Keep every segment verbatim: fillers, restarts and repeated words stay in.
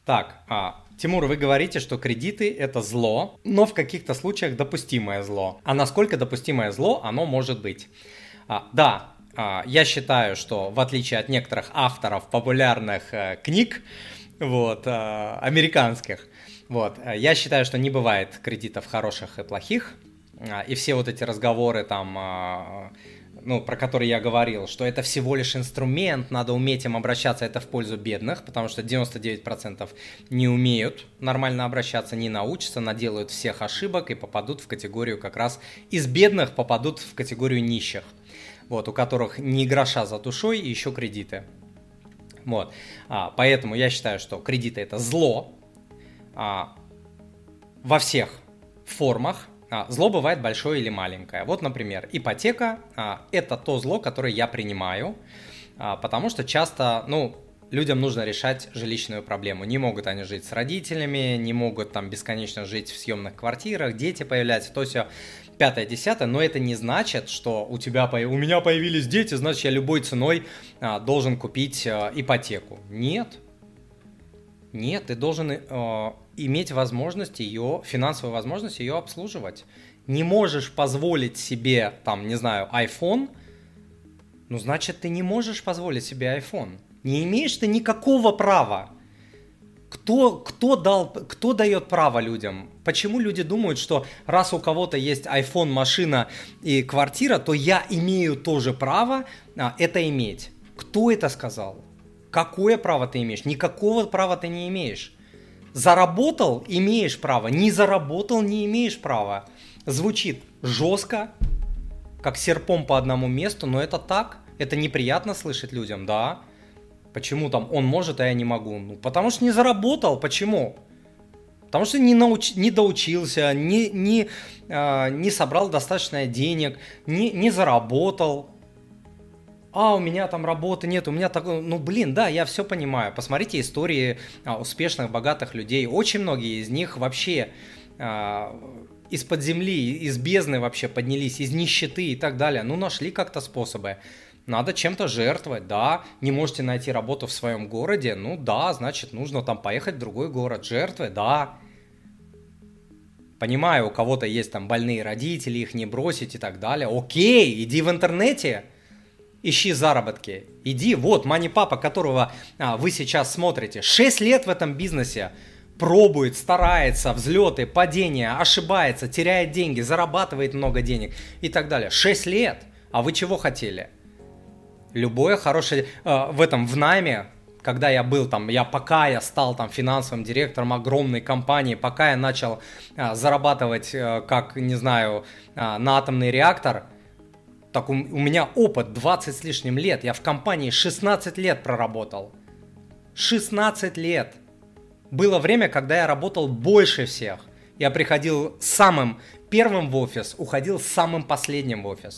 Так, а, Тимур, вы говорите, что кредиты – это зло, но в каких-то случаях допустимое зло. А насколько допустимое зло оно может быть? А, да, а, я считаю, что в отличие от некоторых авторов популярных а, книг, вот, а, американских, вот, я считаю, что не бывает кредитов хороших и плохих, а, и все вот эти разговоры там... А, ну, про который я говорил, что это всего лишь инструмент, надо уметь им обращаться, это в пользу бедных, потому что девяносто девять процентов не умеют нормально обращаться, не научатся, наделают всех ошибок и попадут в категорию как раз из бедных попадут в категорию нищих, вот, у которых ни гроша за душой и еще кредиты. Вот, а, поэтому я считаю, что кредиты это зло а, во всех формах. Зло бывает большое или маленькое. Вот, например, ипотека – это то зло, которое я принимаю, потому что часто, ну, людям нужно решать жилищную проблему. Не могут они жить с родителями, не могут там бесконечно жить в съемных квартирах, дети появляются, то все пятое, десятое, но это не значит, что у тебя, у меня появились дети, значит, я любой ценой должен купить ипотеку. Нет. Нет, ты должен э, иметь возможность ее, финансовую возможность ее обслуживать. Не можешь позволить себе, там, не знаю, iPhone, ну, значит, ты не можешь позволить себе iPhone. Не имеешь ты никакого права. Кто, кто, дал, кто дает право людям? Почему люди думают, что раз у кого-то есть iPhone, машина и квартира, то я имею тоже право а, это иметь? Кто это сказал? Какое право ты имеешь? Никакого права ты не имеешь. Заработал – имеешь право. Не заработал – не имеешь права. Звучит жестко, как серпом по одному месту, но это так. Это неприятно слышать людям, да. Почему там он может, а я не могу? Ну, потому что не заработал. Почему? Потому что не, науч... не доучился, не, не, э, не собрал достаточно денег, не, не заработал. А, у меня там работы нет, у меня такое... Ну, блин, да, я все понимаю. Посмотрите истории а, успешных, богатых людей. Очень многие из них вообще а, из-под земли, из бездны вообще поднялись, из нищеты и так далее. Ну, нашли как-то способы. Надо чем-то жертвовать, да. Не можете найти работу в своем городе? Ну, да, значит, нужно там поехать в другой город. Жертвы, да. Понимаю, у кого-то есть там больные родители, их не бросить и так далее. Окей, иди в интернете. Ищи заработки. Иди, вот, Money Papa, которого а, вы сейчас смотрите, шесть лет в этом бизнесе, пробует, старается, взлеты, падения, ошибается, теряет деньги, зарабатывает много денег и так далее. шесть лет. А вы чего хотели? Любое хорошее... Э, в этом, в найме, когда я был там, я пока я стал там финансовым директором огромной компании, пока я начал э, зарабатывать, э, как, не знаю, э, на атомный реактор, так у, у меня опыт двадцать с лишним лет. Я в компании шестнадцать лет проработал. шестнадцать лет. Было время, когда я работал больше всех. Я приходил самым первым в офис, уходил самым последним в офис.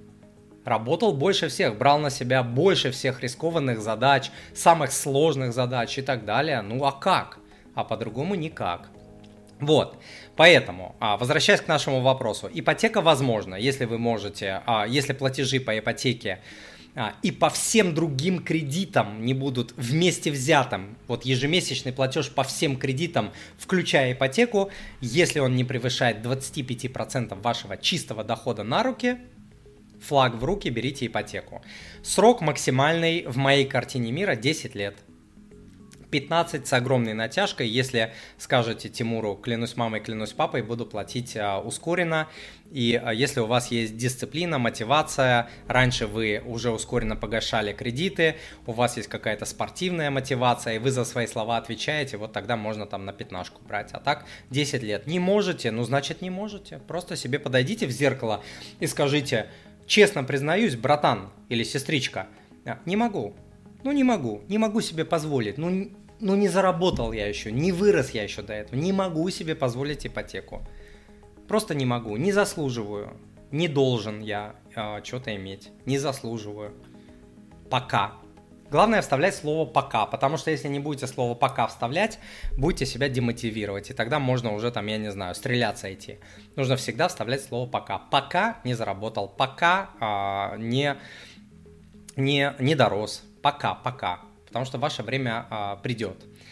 Работал больше всех, брал на себя больше всех рискованных задач, самых сложных задач и так далее. Ну а как? А по-другому никак. Вот, поэтому, возвращаясь к нашему вопросу, ипотека возможна, если вы можете, если платежи по ипотеке и по всем другим кредитам не будут вместе взятым, вот ежемесячный платеж по всем кредитам, включая ипотеку, если он не превышает двадцать пять процентов вашего чистого дохода на руки, флаг в руки, берите ипотеку. Срок максимальный в моей картине мира десять лет. пятнадцать с огромной натяжкой, если скажете Тимуру, клянусь мамой, клянусь папой, буду платить а, ускоренно. И а, если у вас есть дисциплина, мотивация, раньше вы уже ускоренно погашали кредиты, у вас есть какая-то спортивная мотивация, и вы за свои слова отвечаете, вот тогда можно там на пятнашку брать. А так десять лет. Не можете, ну значит не можете. Просто себе подойдите в зеркало и скажите, честно признаюсь, братан или сестричка, не могу. Ну не могу, не могу себе позволить, ну, ну не заработал я еще, не вырос я еще до этого, не могу себе позволить ипотеку. Просто не могу, не заслуживаю, не должен я э, что-то иметь, не заслуживаю. Пока. Главное вставлять слово «пока», потому что если не будете слово «пока» вставлять, будете себя демотивировать, и тогда можно уже там, я не знаю, стреляться идти. Нужно всегда вставлять слово «пока». Пока не заработал, пока э, не, не, не дорос. Пока, пока, потому что ваше время а, придет.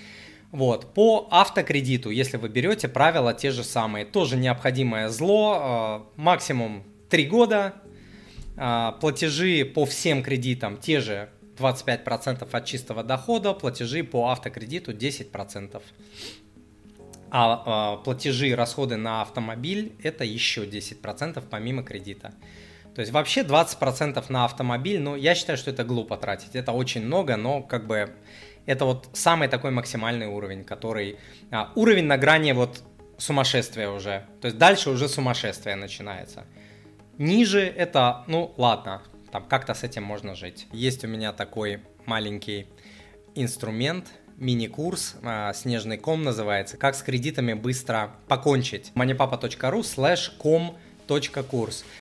Вот, по автокредиту, если вы берете, правила те же самые, тоже необходимое зло, э, максимум три года, э, платежи по всем кредитам те же двадцать пять процентов от чистого дохода, платежи по автокредиту десять процентов. А, а платежи и расходы на автомобиль это еще десять процентов помимо кредита. То есть вообще двадцать процентов на автомобиль, ну я считаю, что это глупо тратить, это очень много, но как бы это вот самый такой максимальный уровень, который, а, уровень на грани вот сумасшествия уже, то есть дальше уже сумасшествие начинается. Ниже это, ну ладно, там как-то с этим можно жить. Есть у меня такой маленький инструмент, мини-курс, «Снежный ком» называется, как с кредитами быстро покончить. moneypapa точка ру слэш ком точка курс.